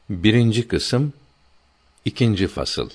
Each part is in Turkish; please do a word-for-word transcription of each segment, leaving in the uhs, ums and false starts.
Birinci kısım, ikinci fasıl.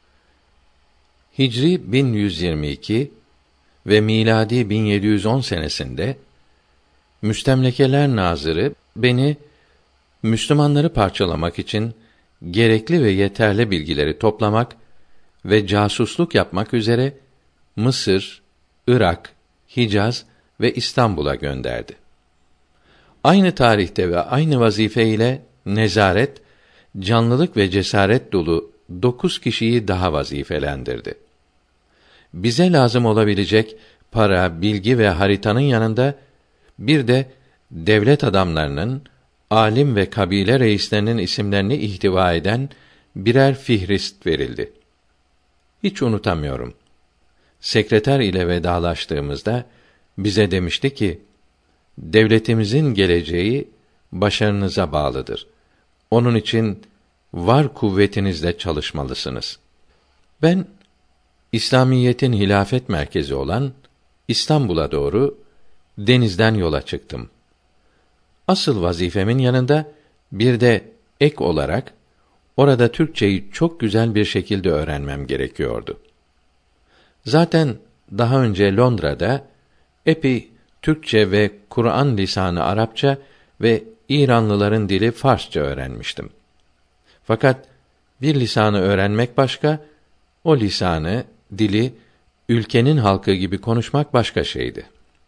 Hicri bin yüz yirmi iki ve miladi bin yedi yüz on senesinde Müstemlekeler Nazırı beni Müslümanları parçalamak için gerekli ve yeterli bilgileri toplamak ve casusluk yapmak üzere Mısır, Irak, Hicaz ve İstanbul'a gönderdi. Aynı tarihte ve aynı vazife ile nezaret, canlılık ve cesaret dolu dokuz kişiyi daha vazifelendirdi. Bize lazım olabilecek para, bilgi ve haritanın yanında bir de devlet adamlarının, alim ve kabile reislerinin isimlerini ihtiva eden birer fihrist verildi. Hiç unutamıyorum. Sekreter ile vedalaştığımızda bize demişti ki, devletimizin geleceği başarınıza bağlıdır. Onun için var kuvvetinizle çalışmalısınız. Ben İslamiyetin hilafet merkezi olan İstanbul'a doğru denizden yola çıktım. Asıl vazifemin yanında bir de ek olarak orada Türkçeyi çok güzel bir şekilde öğrenmem gerekiyordu. Zaten daha önce Londra'da epey Türkçe ve Kur'an lisanı Arapça ve İranlıların dili Farsça öğrenmiştim. Fakat bir lisanı öğrenmek başka, o lisanı, dili ülkenin halkı gibi konuşmak başka şeydi.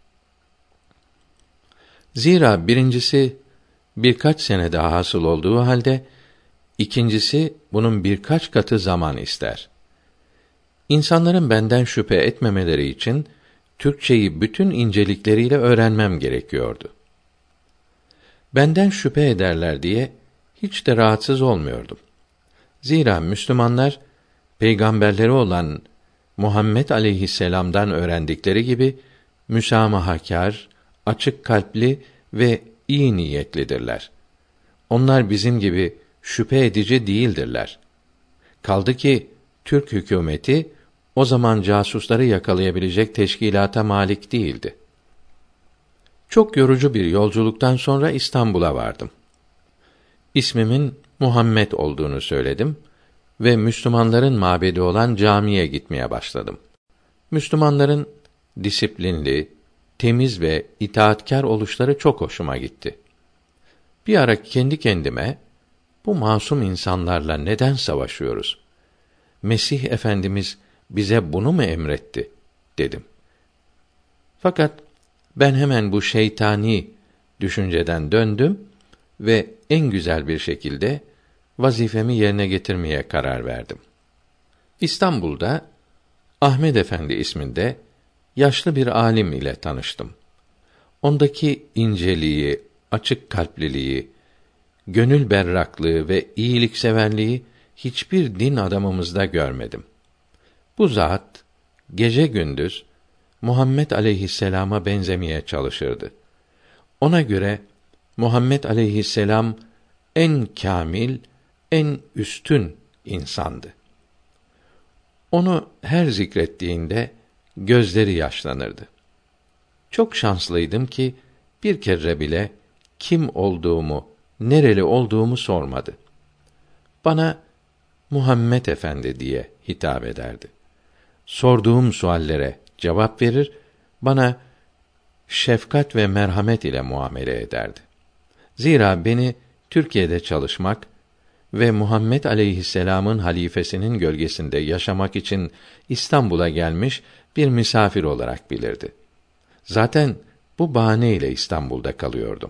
Zira birincisi birkaç sene daha hasıl olduğu halde, ikincisi bunun birkaç katı zaman ister. İnsanların benden şüphe etmemeleri için Türkçeyi bütün incelikleriyle öğrenmem gerekiyordu. Benden şüphe ederler diye hiç de rahatsız olmuyordum. Zira Müslümanlar peygamberleri olan Muhammed aleyhisselam'dan öğrendikleri gibi müsamahakâr, açık kalpli ve iyi niyetlidirler. Onlar bizim gibi şüphe edici değildirler. Kaldı ki Türk hükümeti o zaman casusları yakalayabilecek teşkilata malik değildi. Çok yorucu bir yolculuktan sonra İstanbul'a vardım. İsmimin Muhammed olduğunu söyledim ve Müslümanların mabedi olan camiye gitmeye başladım. Müslümanların disiplinli, temiz ve itaatkâr oluşları çok hoşuma gitti. Bir ara kendi kendime, bu masum insanlarla neden savaşıyoruz? Mesih Efendimiz bize bunu mu emretti? Dedim. Fakat ben hemen bu şeytani düşünceden döndüm ve en güzel bir şekilde vazifemi yerine getirmeye karar verdim. İstanbul'da Ahmed Efendi isminde yaşlı bir alim ile tanıştım. Ondaki inceliği, açık kalpliliği, gönül berraklığı ve iyilikseverliği hiçbir din adamımızda görmedim. Bu zat gece gündüz Muhammed aleyhisselama benzemeye çalışırdı. Ona göre Muhammed aleyhisselam en kâmil, en üstün insandı. Onu her zikrettiğinde gözleri yaşlanırdı. Çok şanslıydım ki bir kere bile kim olduğumu, nereli olduğumu sormadı. Bana Muhammed Efendi diye hitap ederdi. Sorduğum suallere cevap verir, bana şefkat ve merhamet ile muamele ederdi. Zira beni Türkiye'de çalışmak ve Muhammed aleyhisselam'ın halifesinin gölgesinde yaşamak için İstanbul'a gelmiş bir misafir olarak bilirdi. Zaten bu bahane ile İstanbul'da kalıyordum.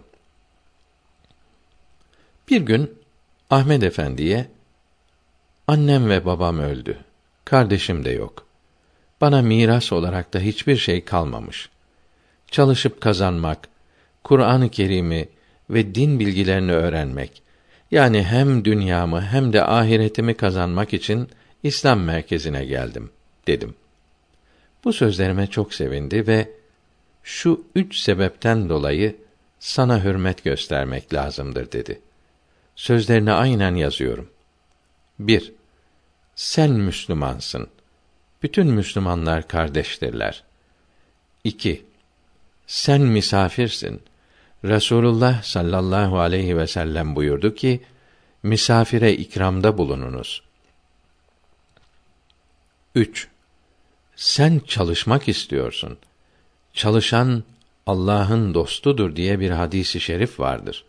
Bir gün Ahmed Efendi'ye, annem ve babam öldü, kardeşim de yok. Bana miras olarak da hiçbir şey kalmamış. Çalışıp kazanmak, Kur'an-ı Kerim'i ve din bilgilerini öğrenmek, yani hem dünyamı hem de ahiretimi kazanmak için İslam merkezine geldim, dedim. Bu sözlerime çok sevindi ve şu üç sebepten dolayı sana hürmet göstermek lazımdır, dedi. Sözlerini aynen yazıyorum. Bir, sen Müslümansın. Bütün Müslümanlar kardeştirler. İki, sen misafirsin. Resulullah sallallahu aleyhi ve sellem buyurdu ki, misafire ikramda bulununuz. üç. Sen çalışmak istiyorsun. Çalışan Allah'ın dostudur diye bir hadisi şerif vardır.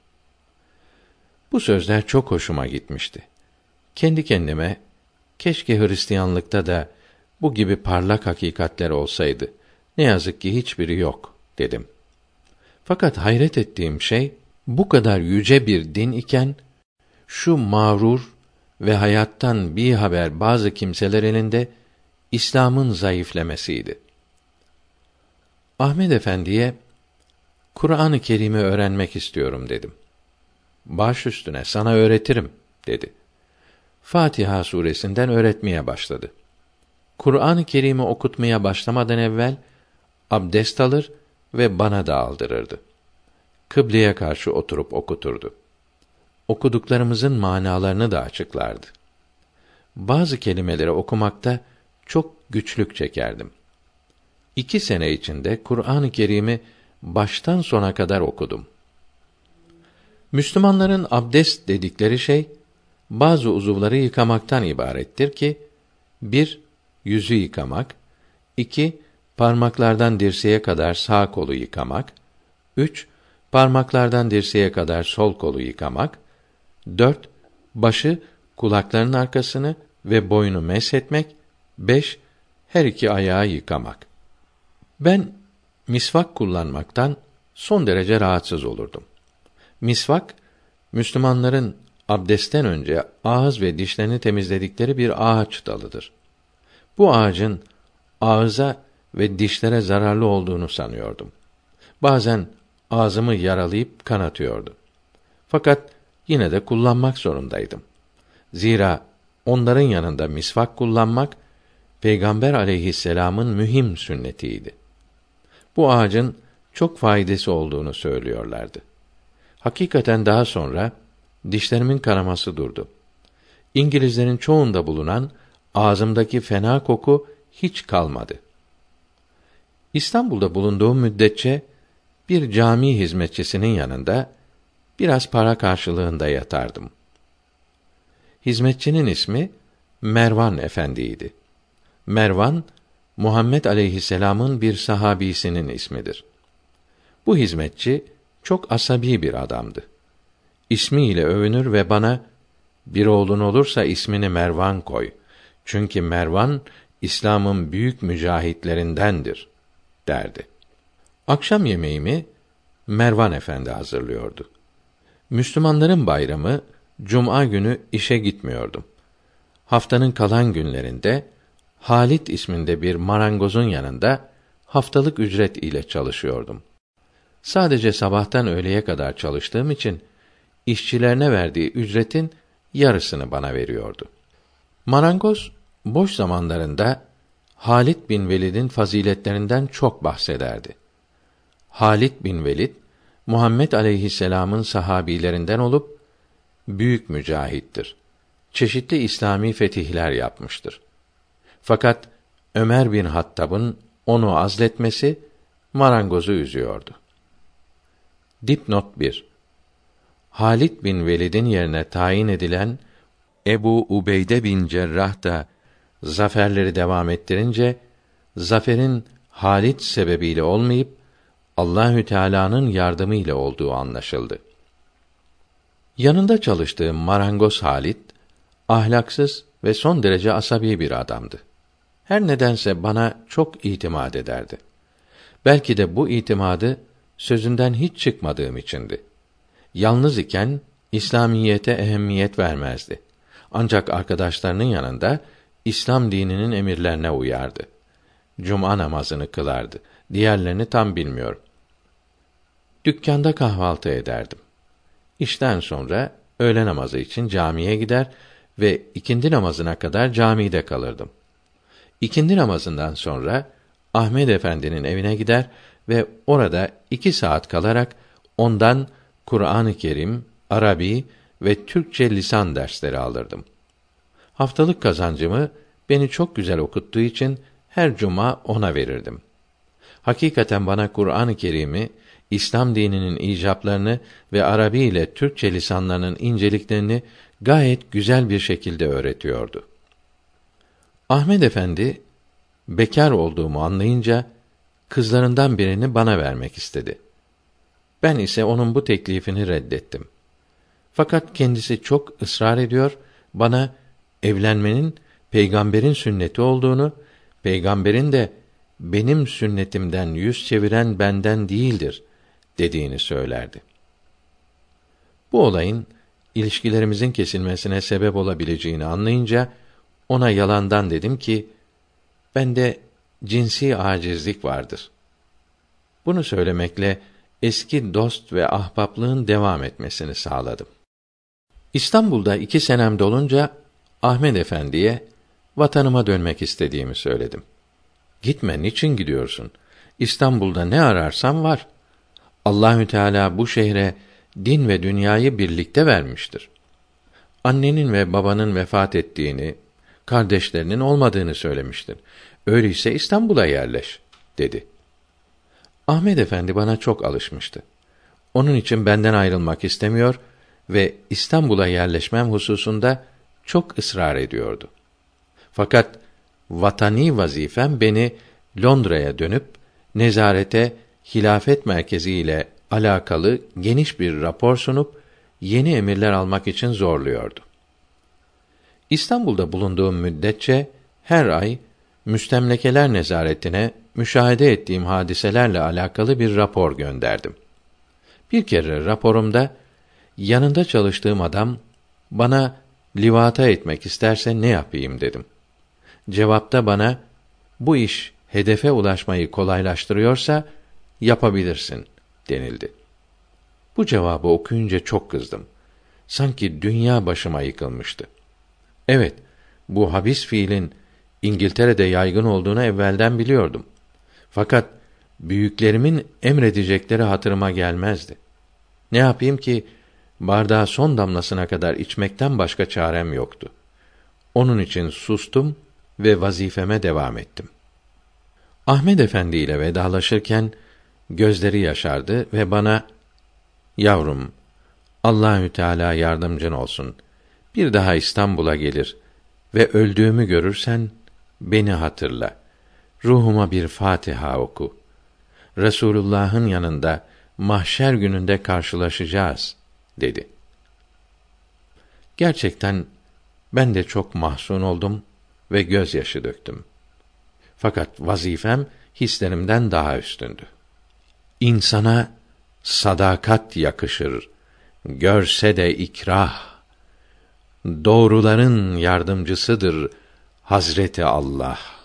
Bu sözler çok hoşuma gitmişti. Kendi kendime, keşke Hristiyanlıkta da bu gibi parlak hakikatler olsaydı. Ne yazık ki hiçbiri yok, dedim. Fakat hayret ettiğim şey, bu kadar yüce bir din iken, şu mağrur ve hayattan bir haber bazı kimseler elinde, İslam'ın zayıflemesiydi. Ahmed Efendi'ye, Kur'an-ı Kerim'i öğrenmek istiyorum dedim. Baş üstüne, sana öğretirim, dedi. Fatiha suresinden öğretmeye başladı. Kur'an-ı Kerim'i okutmaya başlamadan evvel, abdest alır ve bana da aldırırdı. Kıbleye karşı oturup okuturdu. Okuduklarımızın manalarını da açıklardı. Bazı kelimeleri okumakta çok güçlük çekerdim. İki sene içinde Kur'an-ı Kerim'i baştan sona kadar okudum. Müslümanların abdest dedikleri şey, bazı uzuvları yıkamaktan ibarettir ki, bir, yüzü yıkamak, iki, parmaklardan dirseğe kadar sağ kolu yıkamak, üç, parmaklardan dirseğe kadar sol kolu yıkamak, dört, başı, kulakların arkasını ve boynu meshetmek, beş, her iki ayağı yıkamak. Ben, misvak kullanmaktan son derece rahatsız olurdum. Misvak, Müslümanların abdestten önce ağız ve dişlerini temizledikleri bir ağaç dalıdır. Bu ağacın ağıza ve dişlere zararlı olduğunu sanıyordum. Bazen ağzımı yaralayıp kanatıyordu. Fakat yine de kullanmak zorundaydım. Zira onların yanında misvak kullanmak, Peygamber aleyhisselam'ın mühim sünnetiydi. Bu ağacın çok faydası olduğunu söylüyorlardı. Hakikaten daha sonra dişlerimin kanaması durdu. İngilizlerin çoğunda bulunan ağzımdaki fena koku hiç kalmadı. İstanbul'da bulunduğum müddetçe bir cami hizmetçisinin yanında biraz para karşılığında yatardım. Hizmetçinin ismi Mervan Efendi'ydi. Mervan, Muhammed aleyhisselam'ın bir sahabisinin ismidir. Bu hizmetçi çok asabi bir adamdı. İsmiyle övünür ve bana, bir oğlun olursa ismini Mervan koy. Çünkü Mervan, İslam'ın büyük mücahitlerindendir, derdi. Akşam yemeğimi Mervan Efendi hazırlıyordu. Müslümanların bayramı, Cuma günü işe gitmiyordum. Haftanın kalan günlerinde, Halit isminde bir marangozun yanında, haftalık ücret ile çalışıyordum. Sadece sabahtan öğleye kadar çalıştığım için, işçilerine verdiği ücretin yarısını bana veriyordu. Marangoz, boş zamanlarında, Halit bin Velid'in faziletlerinden çok bahsederdi. Halit bin Velid, Muhammed aleyhisselam'ın sahabilerinden olup, büyük mücahittir. Çeşitli İslami fetihler yapmıştır. Fakat Ömer bin Hattab'ın onu azletmesi marangozu üzüyordu. Dipnot bir. Halit bin Velid'in yerine tayin edilen Ebu Ubeyde bin Cerrah da zaferleri devam ettirince, zaferin Halit sebebiyle olmayıp Allahü Teala'nın yardımı ile olduğu anlaşıldı. Yanında çalıştığım marangoz Halit, ahlaksız ve son derece asabi bir adamdı. Her nedense bana çok itimat ederdi. Belki de bu itimadı sözünden hiç çıkmadığım içindi. Yalnız iken İslamiyete ehemmiyet vermezdi. Ancak arkadaşlarının yanında İslam dininin emirlerine uyardı. Cuma namazını kılardı. Diğerlerini tam bilmiyorum. Dükkanda kahvaltı ederdim. İşten sonra öğle namazı için camiye gider ve ikindi namazına kadar camide kalırdım. İkindi namazından sonra Ahmed Efendi'nin evine gider ve orada iki saat kalarak ondan Kur'an-ı Kerim, Arabi ve Türkçe lisan dersleri alırdım. Haftalık kazancımı beni çok güzel okuttuğu için her cuma ona verirdim. Hakikaten bana Kur'an-ı Kerim'i İslam dininin icaplarını ve Arabi ile Türkçe lisanlarının inceliklerini gayet güzel bir şekilde öğretiyordu. Ahmed Efendi bekar olduğumu anlayınca kızlarından birini bana vermek istedi. Ben ise onun bu teklifini reddettim. Fakat kendisi çok ısrar ediyor, bana evlenmenin peygamberin sünneti olduğunu, peygamberin de benim sünnetimden yüz çeviren benden değildir dediğini söylerdi. Bu olayın ilişkilerimizin kesilmesine sebep olabileceğini anlayınca ona yalandan dedim ki bende cinsi acizlik vardır. Bunu söylemekle eski dost ve ahbaplığın devam etmesini sağladım. İstanbul'da iki senem dolunca Ahmed Efendi'ye vatanıma dönmek istediğimi söyledim. Gitme, niçin gidiyorsun? İstanbul'da ne ararsan var. Allahü Teala bu şehre din ve dünyayı birlikte vermiştir. Annenin ve babanın vefat ettiğini, kardeşlerinin olmadığını söylemiştir. Öyleyse İstanbul'a yerleş, dedi. Ahmed Efendi bana çok alışmıştı. Onun için benden ayrılmak istemiyor ve İstanbul'a yerleşmem hususunda çok ısrar ediyordu. Fakat vatani vazifem beni Londra'ya dönüp nezarete hilafet merkezi ile alakalı geniş bir rapor sunup yeni emirler almak için zorluyordu. İstanbul'da bulunduğum müddetçe her ay müstemlekeler nezaretine müşahede ettiğim hadiselerle alakalı bir rapor gönderdim. Bir kere raporumda yanında çalıştığım adam bana livata etmek isterse ne yapayım dedim. Cevapta bana bu iş hedefe ulaşmayı kolaylaştırıyorsa yapabilirsin denildi. Bu cevabı okuyunca çok kızdım. Sanki dünya başıma yıkılmıştı. Evet, bu habis fiilin İngiltere'de yaygın olduğunu evvelden biliyordum. Fakat büyüklerimin emredecekleri hatırıma gelmezdi. Ne yapayım ki bardağı son damlasına kadar içmekten başka çarem yoktu. Onun için sustum ve vazifeme devam ettim. Ahmed Efendi ile vedalaşırken gözleri yaşardı ve bana "Yavrum, Allahü Teala yardımcın olsun. Bir daha İstanbul'a gelir ve öldüğümü görürsen beni hatırla. Ruhuma bir Fatiha oku. Resulullah'ın yanında mahşer gününde karşılaşacağız," dedi. Gerçekten ben de çok mahzun oldum ve gözyaşı döktüm. Fakat vazifem hislerimden daha üstündü. İnsana sadakat yakışır, görse de ikrah. Doğruların yardımcısıdır Hazreti Allah.